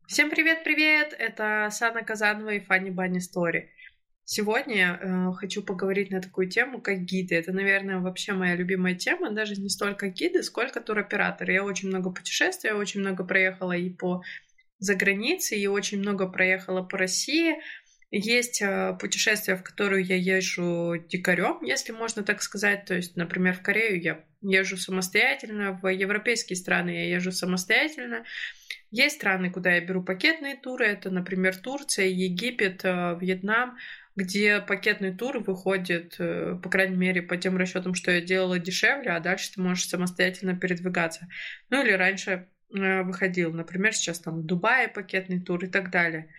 Всем привет-привет! Это Сана Казанова и Фанни Банни Стори. Сегодня хочу поговорить на такую тему, как гиды. Это, наверное, вообще моя любимая тема, даже не столько гиды, сколько туроператоры. Я очень много путешествую, я очень много проехала и по загранице, и очень много проехала по России. Есть путешествия, в которые я езжу дикарем, если можно так сказать. То есть, например, в Корею я езжу самостоятельно, в европейские страны я езжу самостоятельно. Есть страны, куда я беру пакетные туры. Это, например, Турция, Египет, Вьетнам, где пакетный тур выходит, по крайней мере, по тем расчетам, что я делала, дешевле, а дальше ты можешь самостоятельно передвигаться. Ну или раньше выходил, например, сейчас там в Дубае пакетный тур и так далее.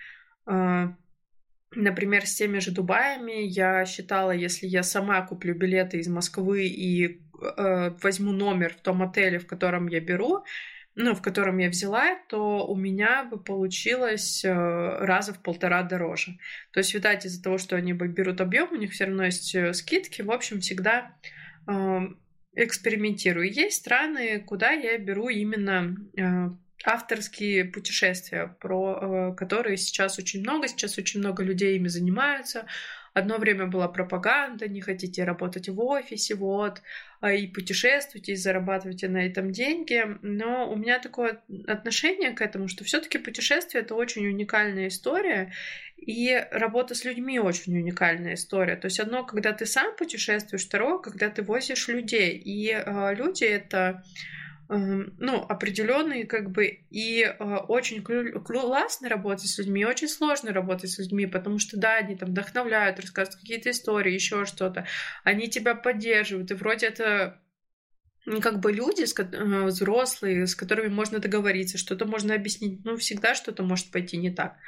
Например, с теми же Дубаями я считала, если я сама куплю билеты из Москвы и возьму номер в том отеле, в котором я беру, в котором я взяла, то у меня бы получилось раза в полтора дороже. То есть, видать, из-за того, что они берут объем, у них все равно есть скидки. В общем, всегда экспериментирую. Есть страны, куда я беру именно авторские путешествия, про которые сейчас очень много. Сейчас очень много людей ими занимаются. Одно время была пропаганда, не хотите работать в офисе, вот, и путешествуйте, и зарабатывайте на этом деньги. Но у меня такое отношение к этому, что все-таки путешествие — это очень уникальная история, и работа с людьми очень уникальная история. То есть одно, когда ты сам путешествуешь, второе, когда ты возишь людей. И люди — это определенные, и очень классно работать с людьми, очень сложно работать с людьми, потому что, да, они там вдохновляют, рассказывают какие-то истории, еще что-то, они тебя поддерживают, и вроде это люди, взрослые, с которыми можно договориться, что-то можно объяснить, всегда что-то может пойти не так.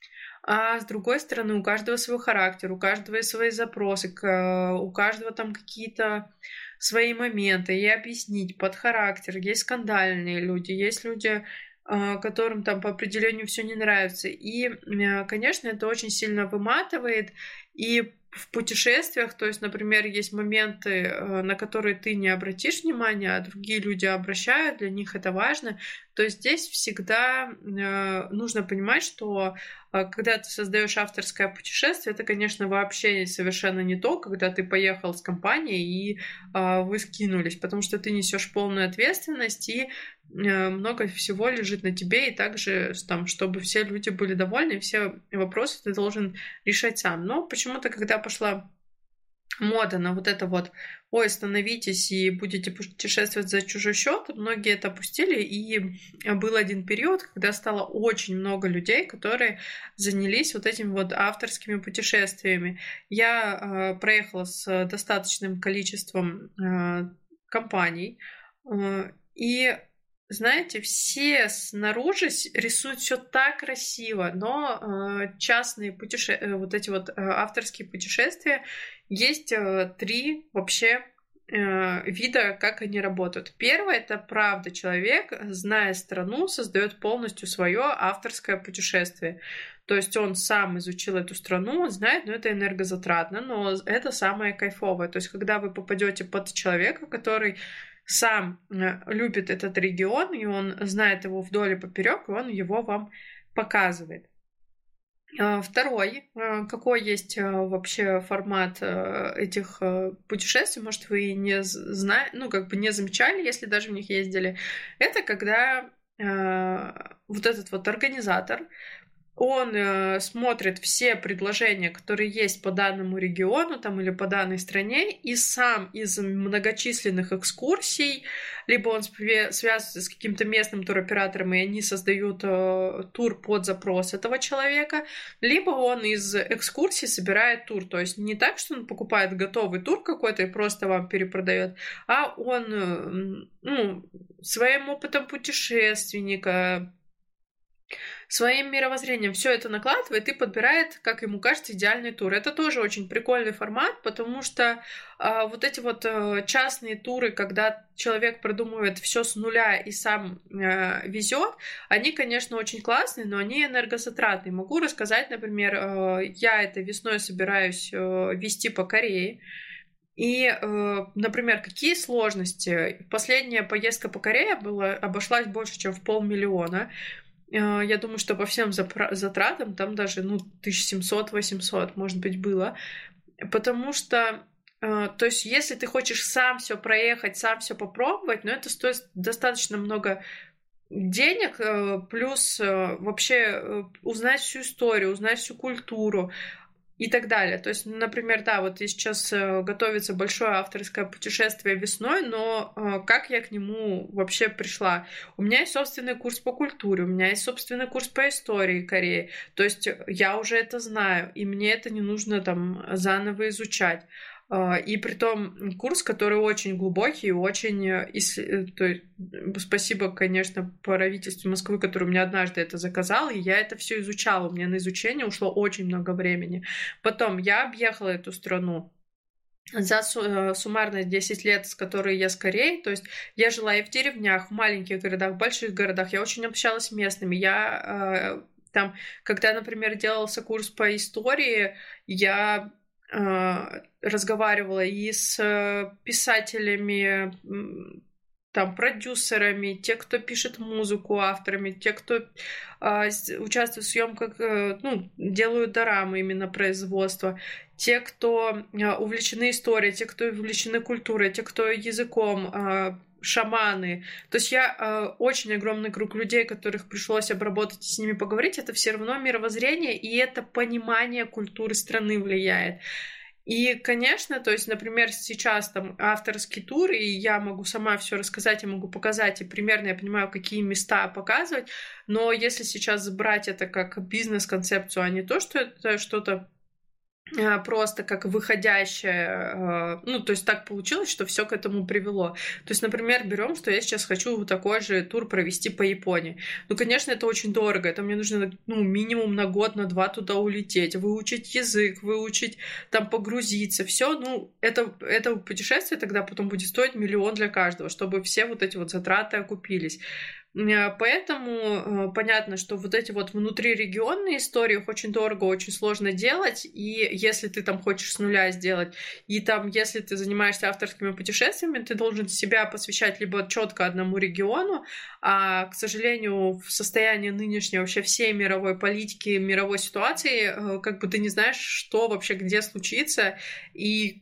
А с другой стороны, у каждого свой характер, у каждого свои запросы, у каждого там какие-то свои моменты, и объяснить под характер. Есть скандальные люди, есть люди, которым там по определению все не нравится. И, конечно, это очень сильно выматывает. И в путешествиях, то есть, например, есть моменты, на которые ты не обратишь внимания, а другие люди обращают, для них это важно. То есть здесь всегда нужно понимать, что когда ты создаешь авторское путешествие, это, конечно, вообще совершенно не то, когда ты поехал с компанией и вы скинулись, потому что ты несешь полную ответственность, и много всего лежит на тебе, и также, там, чтобы все люди были довольны, все вопросы ты должен решать сам. Но почему-то, когда пошла мода на вот это вот: ой, становитесь и будете путешествовать за чужой счет, многие это опустили, и был один период, когда стало очень много людей, которые занялись вот этими вот авторскими путешествиями. Я проехала с достаточным количеством компаний, и знаете, все снаружи рисуют все так красиво, но частные вот эти вот авторские путешествия, есть три вообще вида, как они работают. Первое — это правда человек, зная страну, создает полностью свое авторское путешествие. То есть он сам изучил эту страну, он знает, но это энергозатратно, но это самое кайфовое. То есть когда вы попадете под человека, который сам любит этот регион, и он знает его вдоль и поперек, и он его вам показывает. Второй, какой есть вообще формат этих путешествий, может, вы не знаете, не замечали, если даже в них ездили, это когда вот этот вот организатор, он смотрит все предложения, которые есть по данному региону там, или по данной стране, и сам из многочисленных экскурсий, либо он связывается с каким-то местным туроператором, и они создают тур под запрос этого человека, либо он из экскурсий собирает тур. То есть не так, что он покупает готовый тур какой-то и просто вам перепродает, а он своим опытом путешественника, своим мировоззрением все это накладывает и подбирает, как ему кажется, идеальный тур. Это тоже очень прикольный формат, потому что вот эти вот частные туры, когда человек продумывает все с нуля и сам везет, они, конечно, очень классные, но они энергозатратные. Могу рассказать, например, я это весной собираюсь вести по Корее. И, например, какие сложности? Последняя поездка по Корее обошлась больше, чем в 500 000. я думаю, что по всем затратам там даже, 1700-800, может быть, было. Потому что, то есть, если ты хочешь сам все проехать, сам все попробовать, но это стоит достаточно много денег, плюс вообще узнать всю историю, узнать всю культуру и так далее. То есть, например, да, вот и сейчас готовится большое авторское путешествие весной, но как я к нему вообще пришла? У меня есть собственный курс по культуре, у меня есть собственный курс по истории Кореи. То есть я уже это знаю, и мне это не нужно там заново изучать. И притом курс, который очень глубокий, очень... То есть, спасибо, конечно, правительству Москвы, который мне однажды это заказал, и я это все изучала. У меня на изучение ушло очень много времени. Потом я объехала эту страну за суммарно 10 лет, с которой я с Кореей. То есть я жила и в деревнях, в маленьких городах, в больших городах. Я очень общалась с местными. Я там, когда, например, делался курс по истории, я разговаривала и с писателями, там, продюсерами, те, кто пишет музыку, авторами, те, кто участвует в съемках, делают дорамы именно производства, те, кто увлечены историей, те, кто увлечены культурой, те, кто языком, шаманы. То есть я очень огромный круг людей, которых пришлось обработать и с ними поговорить, это все равно мировоззрение, и это понимание культуры страны влияет. И, конечно, то есть, например, сейчас там авторский тур, и я могу сама все рассказать, я могу показать, и примерно я понимаю, какие места показывать, но если сейчас брать это как бизнес-концепцию, а не то, что это что-то просто как выходящее, то есть так получилось, что все к этому привело. То есть, например, берем, что я сейчас хочу такой же тур провести по Японии. Ну, конечно, это очень дорого, это мне нужно, минимум на год, на 2 туда улететь, выучить язык, выучить, там, погрузиться, все, это путешествие тогда потом будет стоить 1 000 000 для каждого, чтобы все вот эти вот затраты окупились. Поэтому понятно, что вот эти вот внутрирегионные истории их очень дорого, очень сложно делать, и если ты там хочешь с нуля сделать, и там, если ты занимаешься авторскими путешествиями, ты должен себя посвящать либо четко одному региону, а, к сожалению, в состоянии нынешней вообще всей мировой политики, мировой ситуации, как бы ты не знаешь, что вообще где случится, и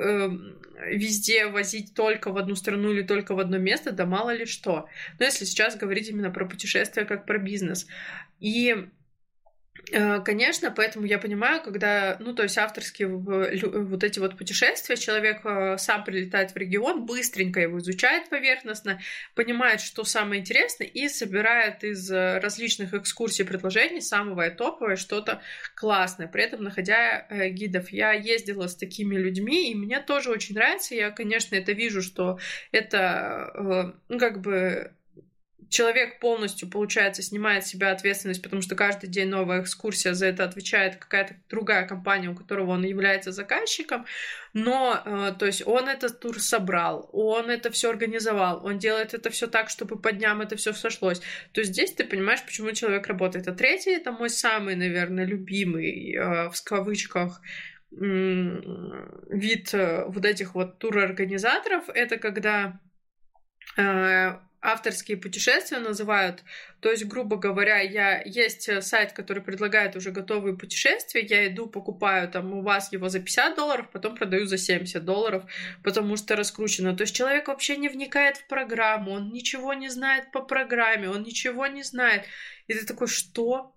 везде возить только в одну страну или только в одно место, да мало ли что. Но если сейчас говорить именно про путешествия как про бизнес. И, конечно, поэтому я понимаю, когда, то есть авторские вот эти вот путешествия, человек сам прилетает в регион, быстренько его изучает поверхностно, понимает, что самое интересное, и собирает из различных экскурсий и предложений самое топовое, что-то классное, при этом находя гидов. Я ездила с такими людьми, и мне тоже очень нравится, я, конечно, это вижу, что это, человек полностью, получается, снимает с себя ответственность, потому что каждый день новая экскурсия, за это отвечает какая-то другая компания, у которого он является заказчиком, но, то есть, он этот тур собрал, он это все организовал, он делает это все так, чтобы по дням это все сошлось. То есть здесь ты понимаешь, почему человек работает. А третий, это мой самый, наверное, любимый, в кавычках, вид вот этих вот турорганизаторов, это когда авторские путешествия называют. То есть, грубо говоря, есть сайт, который предлагает уже готовые путешествия, я иду, покупаю там у вас его за $50, потом продаю за $70, потому что раскручено. То есть человек вообще не вникает в программу, он ничего не знает по программе, он ничего не знает. И ты такой, что?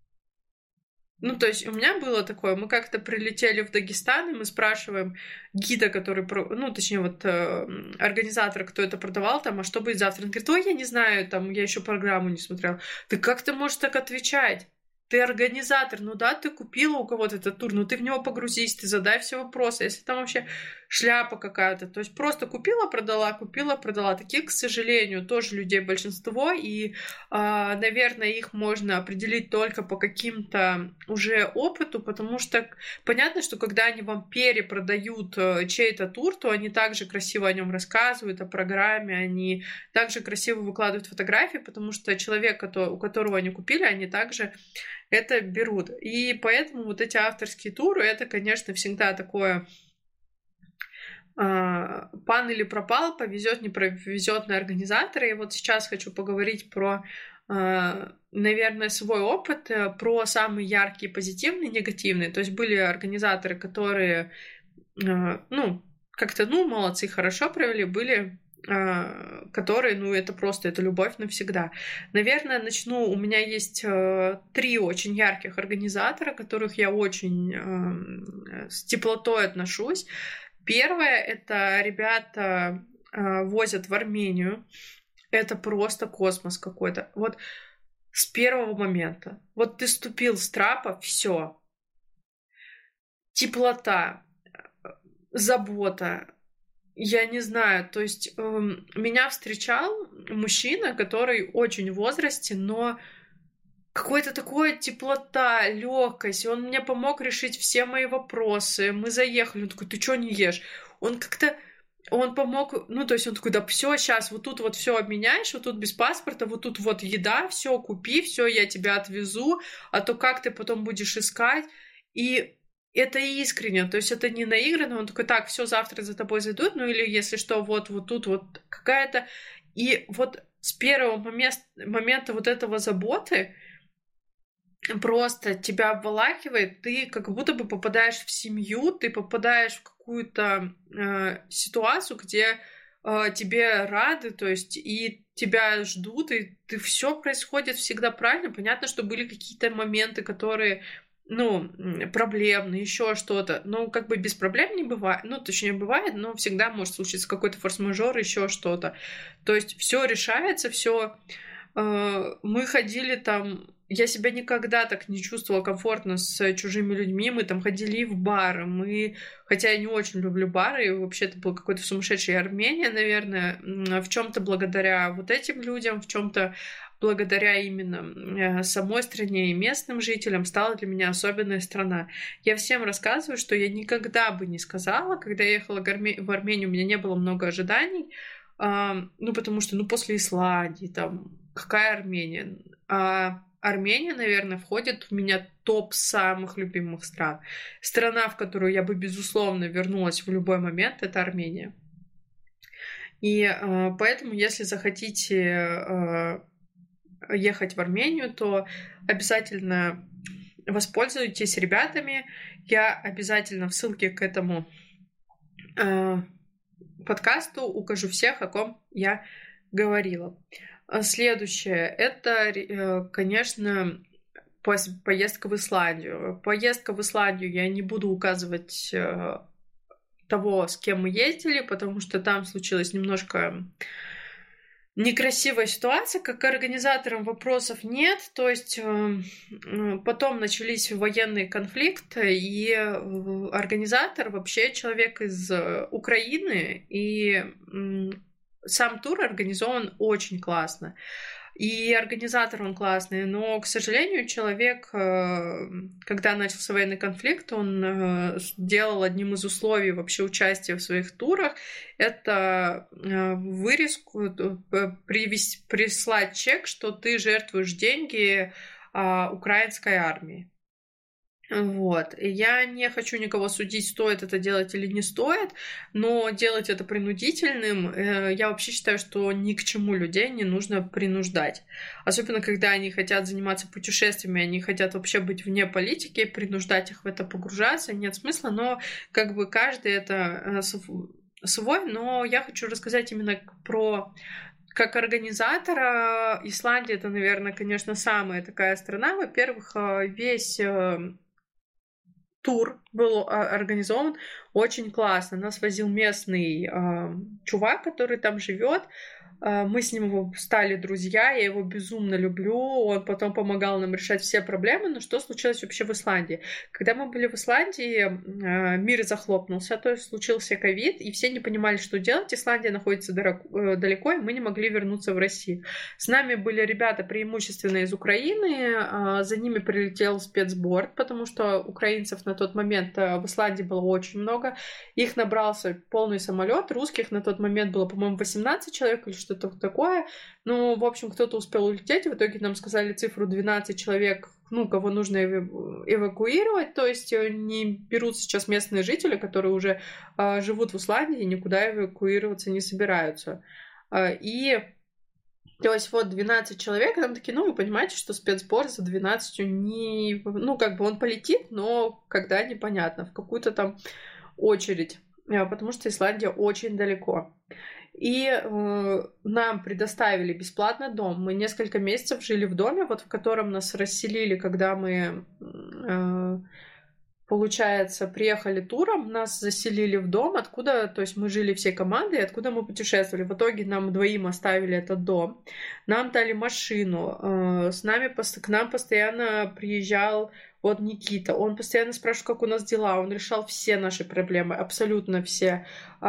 То есть у меня было такое, мы как-то прилетели в Дагестан, и мы спрашиваем гида, который, организатора, кто это продавал, там, а что будет завтра? Он говорит, ой, я не знаю, там, я еще программу не смотрел. Ты как ты можешь так отвечать? Ты организатор, ты купила у кого-то этот тур, ты в него погрузись, ты задай все вопросы, если там вообще шляпа какая-то, то есть просто купила, продала. Таких, к сожалению, тоже людей большинство, и, наверное, их можно определить только по каким-то уже опыту, потому что понятно, что когда они вам перепродают чей-то тур, то они также красиво о нем рассказывают, о программе, они также красиво выкладывают фотографии, потому что человек, у которого они купили, они также это берут. И поэтому вот эти авторские туры, это, конечно, всегда такое пан или пропал, повезет, не повезет на организатора. И вот сейчас хочу поговорить про, наверное, свой опыт, про самые яркие позитивные, негативные. То есть были организаторы, которые, как-то, молодцы, хорошо провели, были которые, это просто, это любовь навсегда. Наверное, начну, у меня есть 3 очень ярких организатора, которых я очень с теплотой отношусь. Первое, это ребята возят в Армению. Это просто космос какой-то. Вот с первого момента. Вот ты ступил с трапа, все. Теплота, забота. Я не знаю, то есть меня встречал мужчина, который очень в возрасте, но какой-то такой теплота, легкость. Он мне помог решить все мои вопросы. Мы заехали, он такой: ты что не ешь? Он помог, то есть он такой: да все, сейчас вот тут вот все обменяешь, вот тут без паспорта, вот тут вот еда, все купи, все, я тебя отвезу, а то как ты потом будешь искать? И это искренне, то есть это не наигранно, он такой: так, все, завтра за тобой зайдут, или если что, вот тут вот какая-то... И вот с первого момента вот этого заботы просто тебя обволакивает, ты как будто бы попадаешь в семью, ты попадаешь в какую-то ситуацию, где тебе рады, то есть и тебя ждут, и все происходит всегда правильно. Понятно, что были какие-то моменты, которые проблемные, еще что-то. Но как бы без проблем не бывает. Точнее, бывает, но всегда может случиться какой-то форс-мажор, еще что-то. То есть все решается, все. Мы ходили там... Я себя никогда так не чувствовала комфортно с чужими людьми. Мы там ходили в бары. Хотя я не очень люблю бары, и вообще это была какой-то сумасшедшая Армения, наверное. В чем-то благодаря вот этим людям, в чем-то благодаря именно самой стране и местным жителям стала для меня особенная страна. Я всем рассказываю, что я никогда бы не сказала, когда я ехала в Армению, у меня не было много ожиданий, потому что, после Исландии, там, какая Армения? Армения, наверное, входит в меня топ самых любимых стран. Страна, в которую я бы, безусловно, вернулась в любой момент, это Армения. И поэтому, если захотите ехать в Армению, то обязательно воспользуйтесь ребятами. Я обязательно в ссылке к этому подкасту укажу всех, о ком я говорила. Следующее, это, конечно, поездка в Исландию. Поездка в Исландию я не буду указывать того, с кем мы ездили, потому что там случилась немножко некрасивая ситуация, как к организаторам вопросов нет, то есть потом начались военные конфликты, и организатор вообще человек из Украины, и сам тур организован очень классно. И организатор он классный, но, к сожалению, человек, когда начался военный конфликт, он сделал одним из условий вообще участия в своих турах, это вырезку, прислать чек, что ты жертвуешь деньги украинской армии. Вот. Я не хочу никого судить, стоит это делать или не стоит, но делать это принудительным, я вообще считаю, что ни к чему людей не нужно принуждать. Особенно, когда они хотят заниматься путешествиями, они хотят вообще быть вне политики, принуждать их в это погружаться нет смысла, но как бы каждый это свой, но я хочу рассказать именно про... Как организатора, Исландия — это, наверное, конечно, самая такая страна. Во-первых, весь тур был организован очень классно. Нас возил местный чувак, который там живет. Мы с ним стали друзья, я его безумно люблю, он потом помогал нам решать все проблемы. Но что случилось вообще в Исландии? Когда мы были в Исландии, мир захлопнулся, то есть случился ковид, и все не понимали, что делать. Исландия находится далеко, и мы не могли вернуться в Россию. С нами были ребята преимущественно из Украины, за ними прилетел спецборд, потому что украинцев на тот момент в Исландии было очень много. Их набрался полный самолет, русских на тот момент было, по-моему, 18 человек или что-то такое. Ну, в общем, кто-то успел улететь, в итоге нам сказали цифру 12 человек ну, кого нужно эвакуировать, то есть не берут сейчас местные жители, которые уже живут в Исландии и никуда эвакуироваться не собираются. И то есть вот 12 человек, и там такие, ну, вы понимаете, что спецсбор за 12 не... Ну, как бы он полетит, но когда непонятно, в какую-то там очередь, потому что Исландия очень далеко. И нам предоставили бесплатно дом. Мы несколько месяцев жили в доме, вот в котором нас расселили, когда мы, получается, приехали туром, нас заселили в дом, откуда, то есть мы жили всей командой, откуда мы путешествовали. В итоге нам двоим оставили этот дом, нам дали машину, к нам постоянно приезжал вот Никита, он постоянно спрашивал, как у нас дела, он решал все наши проблемы, абсолютно все.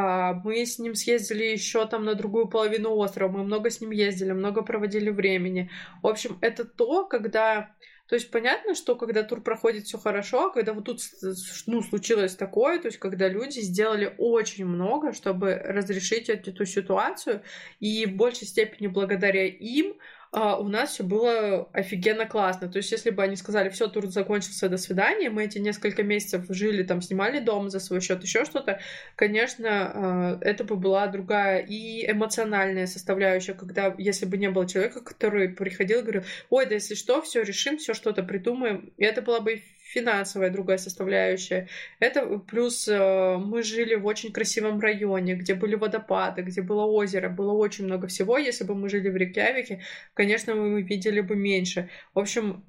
Мы с ним съездили еще там на другую половину острова, мы много с ним ездили, много проводили времени. В общем, это то, когда... То есть понятно, что когда тур проходит все хорошо, а когда вот тут, ну, случилось такое, то есть когда люди сделали очень много, чтобы разрешить эту ситуацию, и в большей степени благодаря им у нас все было офигенно классно. То есть, если бы они сказали, все, тур закончился, до свидания, мы эти несколько месяцев жили, там, снимали дом за свой счет, еще что-то, конечно, это бы была другая и эмоциональная составляющая, когда, если бы не было человека, который приходил и говорил, ой, да если что, все решим, все что-то придумаем, и это была бы финансовая другая составляющая. Это плюс мы жили в очень красивом районе, где были водопады, где было озеро, было очень много всего. Если бы мы жили в Рейкьявике, конечно, мы видели бы меньше. В общем,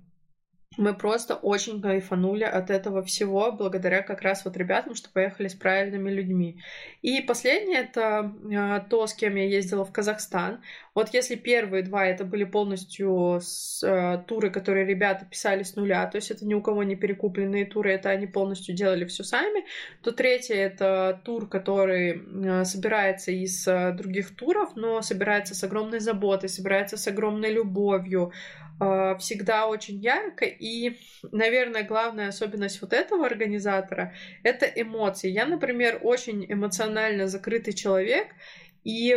мы просто очень кайфанули от этого всего, благодаря как раз вот ребятам, что поехали с правильными людьми. И последнее, это то, с кем я ездила в Казахстан. Вот если первые два, это были полностью туры, которые ребята писали с нуля, то есть это ни у кого не перекупленные туры, это они полностью делали все сами, то третье, это тур, который собирается из других туров, но собирается с огромной заботой, собирается с огромной любовью, всегда очень ярко. И, наверное, главная особенность вот этого организатора — это эмоции. Я, например, очень эмоционально закрытый человек, и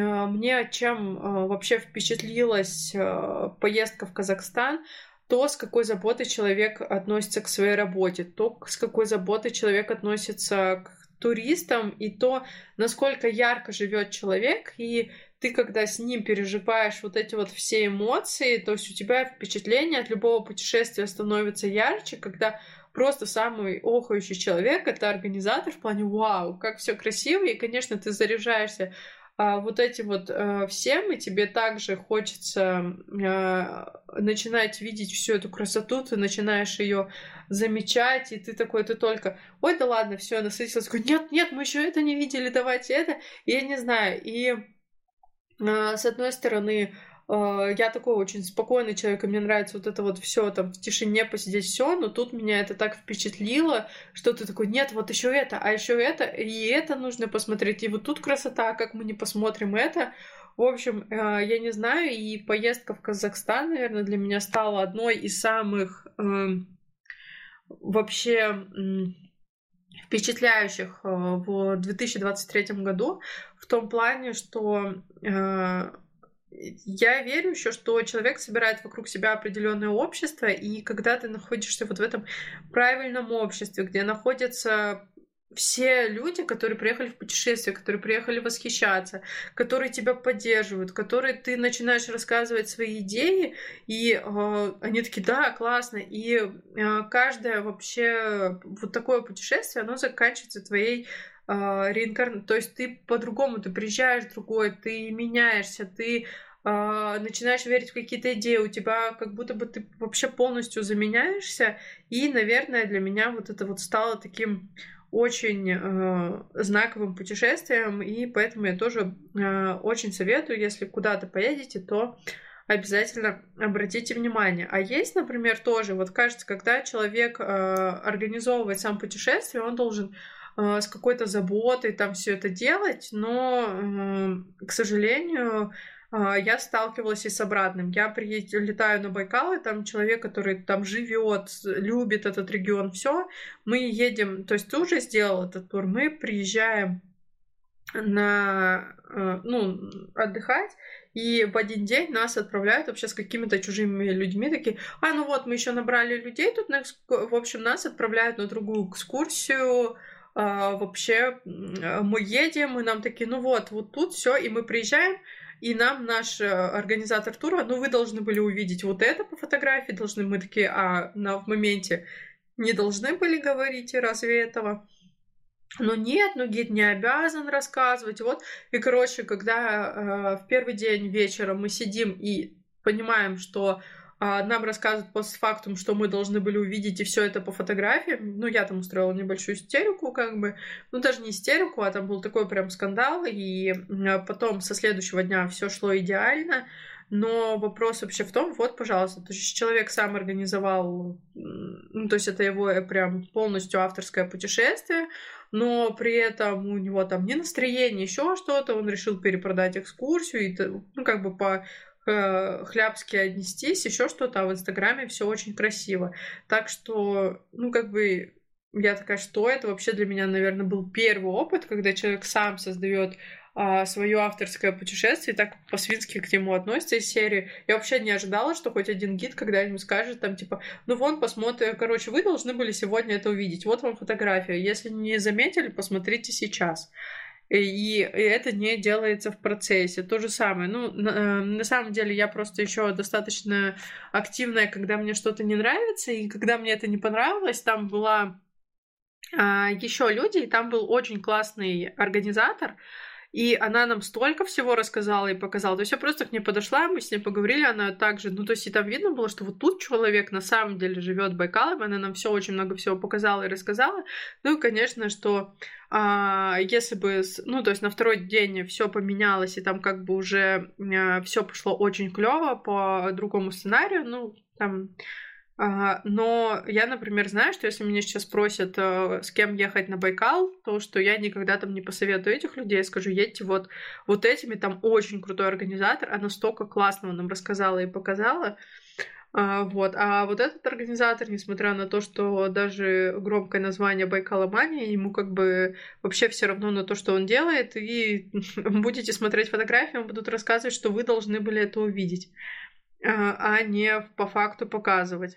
мне чем вообще впечатлилась поездка в Казахстан, то, с какой заботой человек относится к своей работе, то, с какой заботой человек относится к туристам, и то, насколько ярко живет человек, и ты, когда с ним переживаешь вот эти вот все эмоции, то есть у тебя впечатление от любого путешествия становится ярче, когда просто самый охающий человек — это организатор в плане «Вау, как все красиво!» И, конечно, ты заряжаешься вот этим вот всем, и тебе также хочется начинать видеть всю эту красоту, ты начинаешь ее замечать, и ты такой, ты только «Ой, да ладно, все, насытился», такой «Нет, нет, мы еще это не видели, давайте это». И я не знаю, и с одной стороны, я такой очень спокойный человек, и мне нравится вот это вот все там в тишине посидеть, все, но тут меня это так впечатлило, что ты такой, нет, вот еще это, а еще это, и это нужно посмотреть, и вот тут красота, как мы не посмотрим это. В общем, я не знаю, и поездка в Казахстан, наверное, для меня стала одной из самых вообще впечатляющих в 2023 году, в том плане, что я верю еще, что человек собирает вокруг себя определенное общество, и когда ты находишься вот в этом правильном обществе, где находятся все люди, которые приехали в путешествие, которые приехали восхищаться, которые тебя поддерживают, которые ты начинаешь рассказывать свои идеи, и они такие, да, классно, и каждое вообще вот такое путешествие, оно заканчивается твоей реинкарнацией, то есть ты по-другому, ты приезжаешь другой, ты меняешься, ты начинаешь верить в какие-то идеи, у тебя как будто бы ты вообще полностью заменяешься, и, наверное, для меня вот это вот стало таким очень знаковым путешествием, и поэтому я тоже очень советую, если куда-то поедете, то обязательно обратите внимание. А есть, например, тоже, вот кажется, когда человек организовывает сам путешествие, он должен с какой-то заботой там все это делать, но, к сожалению, я сталкивалась и с обратным. Я летаю на Байкал, и там человек, который там живет, любит этот регион, все. Мы едем, то есть ты уже сделал этот тур, мы приезжаем отдыхать, и в один день нас отправляют вообще с какими-то чужими людьми, такие, ну вот, мы еще набрали людей тут, в общем, нас отправляют на другую экскурсию, вообще мы едем, и нам такие, вот тут все, и мы приезжаем, и нам наш организатор тура, вы должны были увидеть вот это по фотографии, мы такие, в моменте не должны были говорить разве этого? Нет, гид не обязан рассказывать. Вот. И, короче, когда в первый день вечером мы сидим и понимаем, что нам рассказывают постфактум, что мы должны были увидеть, и все это по фотографиям. Я там устроила небольшую истерику, даже не истерику, а там был такой прям скандал, и потом со следующего дня все шло идеально. Но вопрос вообще в том, вот, пожалуйста, то есть человек сам организовал, то есть это его прям полностью авторское путешествие, но при этом у него там не настроение, еще что-то, он решил перепродать экскурсию, и, хлябски отнестись, еще что-то, а в Инстаграме все очень красиво. Так что, я такая, что это вообще для меня, наверное, был первый опыт, когда человек сам создает свое авторское путешествие, и так по-свински к нему относится из серии. Я вообще не ожидала, что хоть один гид когда-нибудь скажет там, посмотрим, вы должны были сегодня это увидеть, вот вам фотография, если не заметили, посмотрите сейчас. И это не делается в процессе. То же самое. На самом деле я просто еще достаточно активная, когда мне что-то не нравится, и когда мне это не понравилось, там была еще люди, и там был очень классный организатор, и она нам столько всего рассказала и показала. То есть я просто к ней подошла, мы с ней поговорили, она также, то есть и там видно было, что вот тут человек на самом деле живет Байкалом, она нам все очень много всего показала и рассказала. И, конечно, что если бы, то есть на второй день все поменялось, и там уже все пошло очень клево по другому сценарию, но я, например, знаю, что если меня сейчас спросят, с кем ехать на Байкал, то что я никогда там не посоветую этих людей, я скажу, едьте вот этими, там очень крутой организатор, она столько классного нам рассказала и показала. Вот. А вот этот организатор, несмотря на то, что даже громкое название Байкаломания, ему вообще все равно на то, что он делает, и будете смотреть фотографии, вам будут рассказывать, что вы должны были это увидеть, а не по факту показывать.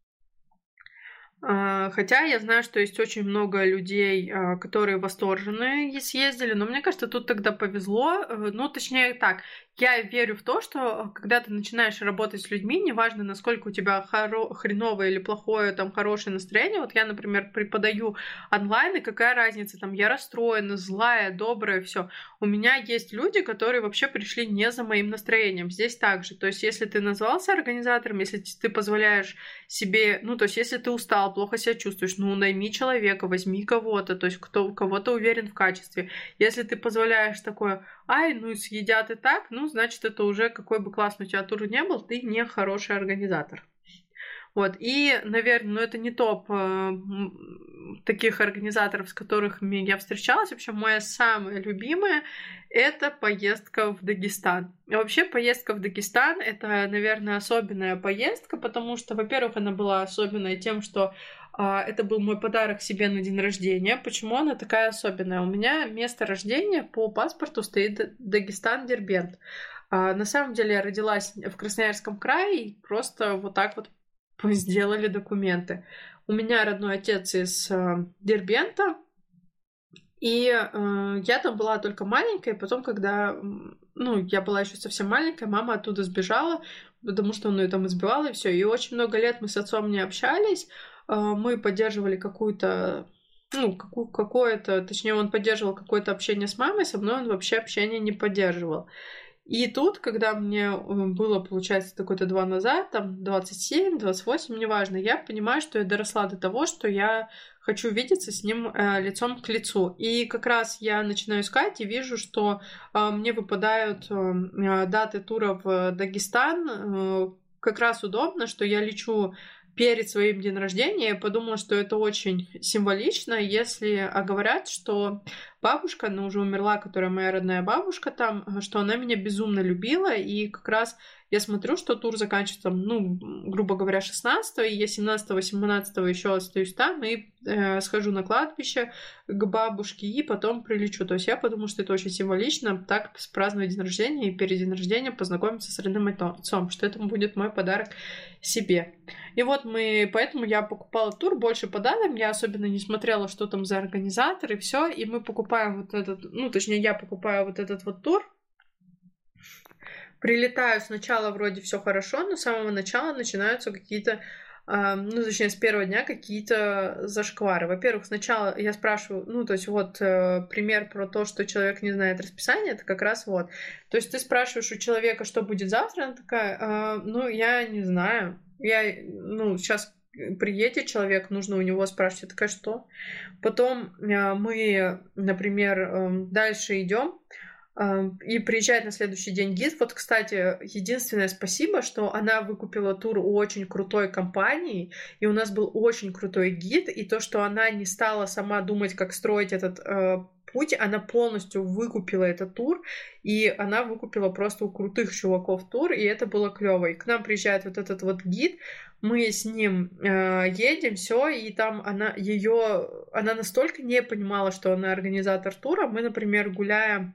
Хотя я знаю, что есть очень много людей, которые восторженные съездили, но мне кажется, тут тогда повезло. Точнее так, я верю в то, что когда ты начинаешь работать с людьми, неважно, насколько у тебя хреновое или плохое, там, хорошее настроение. Вот я, например, преподаю онлайн, и какая разница, там, я расстроена, злая, добрая, все. У меня есть люди, которые вообще пришли не за моим настроением. Здесь также. То есть, если ты назвался организатором, если ты позволяешь себе, то есть, если ты устал, плохо себя чувствуешь, найми человека, возьми кого-то, то есть, кого-то уверен в качестве. Если ты позволяешь такое, съедят и так, значит, это уже, какой бы классный у тебя тур не был, ты не хороший организатор. Вот, и, наверное, это не топ таких организаторов, с которыми я встречалась. Вообще, моя самая любимая — это поездка в Дагестан. И вообще, поездка в Дагестан — это, наверное, особенная поездка, потому что, во-первых, она была особенная тем, что это был мой подарок себе на день рождения. Почему она такая особенная? У меня место рождения по паспорту стоит Дагестан, Дербент. На самом деле я родилась в Красноярском крае, и просто вот так вот сделали документы. У меня родной отец из Дербента, и я там была только маленькая, и потом, когда я была еще совсем маленькая, мама оттуда сбежала, потому что он ее там избивал, и все. И очень много лет мы с отцом не общались, мы поддерживали какое-то, точнее, он поддерживал какое-то общение с мамой, со мной он вообще общение не поддерживал. И тут, когда мне было, получается, какой-то 2 назад, там 27, 28, неважно, я понимаю, что я доросла до того, что я хочу видеться с ним лицом к лицу. И как раз я начинаю искать и вижу, что мне выпадают даты тура в Дагестан. Как раз удобно, что я лечу перед своим днем рождения. Я подумала, что это очень символично, если говорят, что бабушка, она уже умерла, которая моя родная бабушка там, что она меня безумно любила, и как раз я смотрю, что тур заканчивается, ну, грубо говоря, 16-го, и я 17-го, еще остаюсь там, и схожу на кладбище к бабушке, и потом прилечу. То есть я подумала, что это очень символично, так праздновать день рождения, и перед день рождения познакомиться с родным отцом, что это будет мой подарок себе. И вот поэтому я покупала тур больше по датам, я особенно не смотрела, что там за организатор, и все, и мы покупаем вот этот, ну, точнее, я покупаю вот этот вот тур. Прилетаю сначала, вроде все хорошо, но с самого начала начинаются какие-то, ну, точнее, с первого дня какие-то зашквары. Во-первых, сначала я спрашиваю, ну, то есть вот пример про то, что человек не знает расписание, это как раз вот. То есть ты спрашиваешь у человека, что будет завтра, она такая, ну, я не знаю. Сейчас приедет человек, нужно у него спрашивать, я такая, что? Потом мы, например, дальше идем, и приезжает на следующий день гид. Вот, кстати, единственное спасибо, что она выкупила тур у очень крутой компании, и у нас был очень крутой гид, и то, что она не стала сама думать, как строить этот путь, она полностью выкупила этот тур, и она выкупила просто у крутых чуваков тур, и это было клево. И к нам приезжает вот этот вот гид, мы с ним едем, все, и там она настолько не понимала, что она организатор тура. Мы, например, гуляем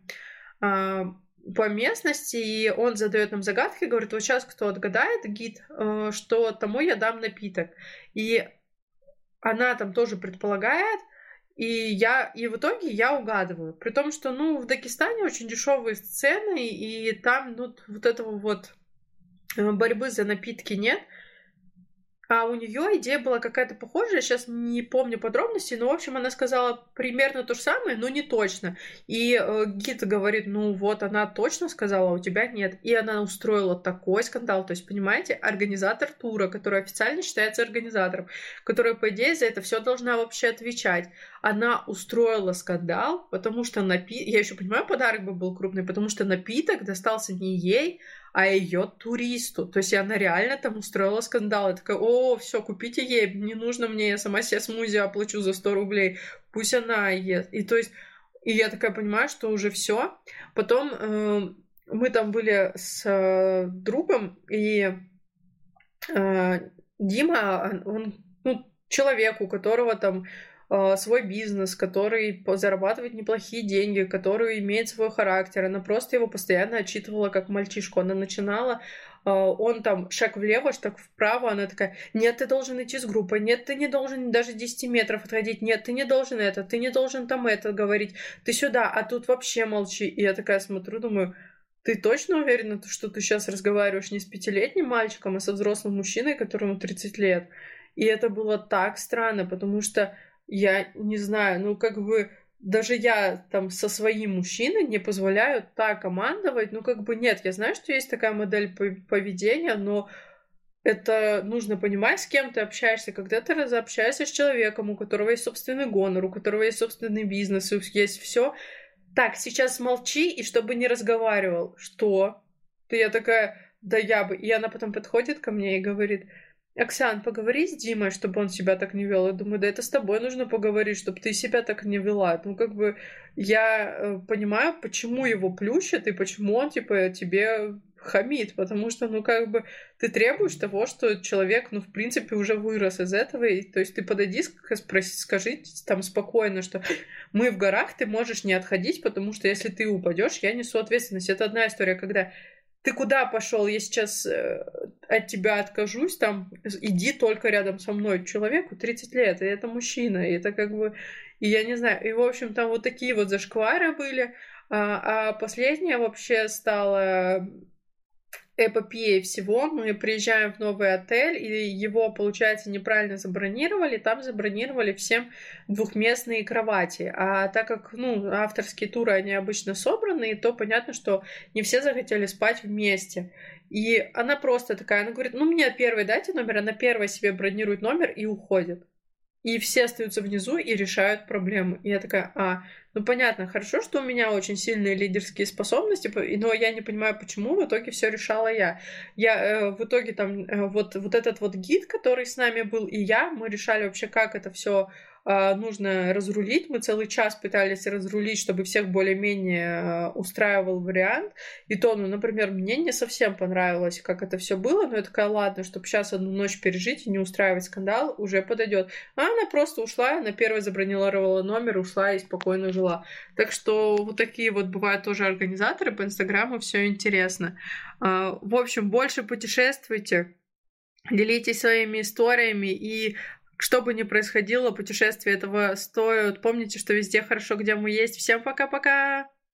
по местности, и он задает нам загадки, говорит, вот сейчас кто отгадает, гид, что тому я дам напиток. И она там тоже предполагает, и в итоге я угадываю. При том, что, ну, в Дагестане очень дешевые сцены, и там, ну, вот этого вот борьбы за напитки нет. А у нее идея была какая-то похожая, сейчас не помню подробностей, но, в общем, она сказала примерно то же самое, но не точно. И гид говорит, ну вот, она точно сказала, а у тебя нет. И она устроила такой скандал. То есть, понимаете, организатор тура, который официально считается организатором, которая, по идее, за это все должна вообще отвечать. Она устроила скандал, потому что я еще понимаю, подарок бы был крупный, потому что напиток достался не ей, а ее туристу. То есть она реально там устроила скандал. Я такая, все, купите ей, не нужно мне, я сама себе смузи оплачу за 100 рублей. Пусть она ест. И то есть, и я такая понимаю, что уже все. Потом мы там были с другом, и Дима, он, ну, человек, у которого там свой бизнес, который зарабатывает неплохие деньги, который имеет свой характер. Она просто его постоянно отчитывала как мальчишку. Она начинала, он там шаг влево, шаг вправо, она такая, нет, ты должен идти с группой, нет, ты не должен даже 10 метров отходить, нет, ты не должен это, ты не должен там это говорить, ты сюда, а тут вообще молчи. И я такая смотрю, думаю, ты точно уверена, что ты сейчас разговариваешь не с 5-летним мальчиком, а со взрослым мужчиной, которому 30 лет? И это было так странно, потому что я не знаю, ну как бы даже я там со своим мужчиной не позволяю так командовать, ну как бы нет, я знаю, что есть такая модель поведения, но это нужно понимать, с кем ты общаешься, когда ты общаешься с человеком, у которого есть собственный гонор, у которого есть собственный бизнес, есть все. Так, сейчас молчи, и чтобы не разговаривал. Что? Я такая, да я бы. И она потом подходит ко мне и говорит, Оксан, поговори с Димой, чтобы он себя так не вел. Я думаю, да это с тобой нужно поговорить, чтобы ты себя так не вела. Ну, как бы, я понимаю, почему его плющит и почему он, типа, тебе хамит, потому что, ну, как бы, ты требуешь того, что человек, ну, в принципе, уже вырос из этого, и, то есть ты подойди, скажи там спокойно, что мы в горах, ты можешь не отходить, потому что если ты упадешь, я несу ответственность. Это одна история, когда ты куда пошел? Я сейчас от тебя откажусь, там, иди только рядом со мной. Человеку 30 лет, и это мужчина, и это как бы, и я не знаю, и, в общем, там вот такие вот зашквары были, а последняя вообще стала эпопеей всего. Мы приезжаем в новый отель, и его, получается, неправильно забронировали. Там забронировали всем двухместные кровати. А так как, ну, авторские туры, они обычно собраны, то понятно, что не все захотели спать вместе. И она просто такая, она говорит, ну, мне первой дайте номер, она первая себе бронирует номер и уходит. И все остаются внизу и решают проблему. И я такая, ну понятно, хорошо, что у меня очень сильные лидерские способности, но я не понимаю, почему в итоге все решала я. Я в итоге там вот этот вот гид, который с нами был, и я, мы решали вообще, как это все нужно разрулить. Мы целый час пытались разрулить, чтобы всех более-менее устраивал вариант. И то, ну, например, мне не совсем понравилось, как это все было, но я такая, ладно, чтобы сейчас одну ночь пережить и не устраивать скандал, уже подойдет. А она просто ушла, на первой забронировала номер, ушла и спокойно жила. Так что вот такие вот бывают тоже организаторы по Инстаграму, все интересно. В общем, больше путешествуйте, делитесь своими историями, и что бы ни происходило, путешествия этого стоят. Помните, что везде хорошо, где мы есть. Всем пока-пока!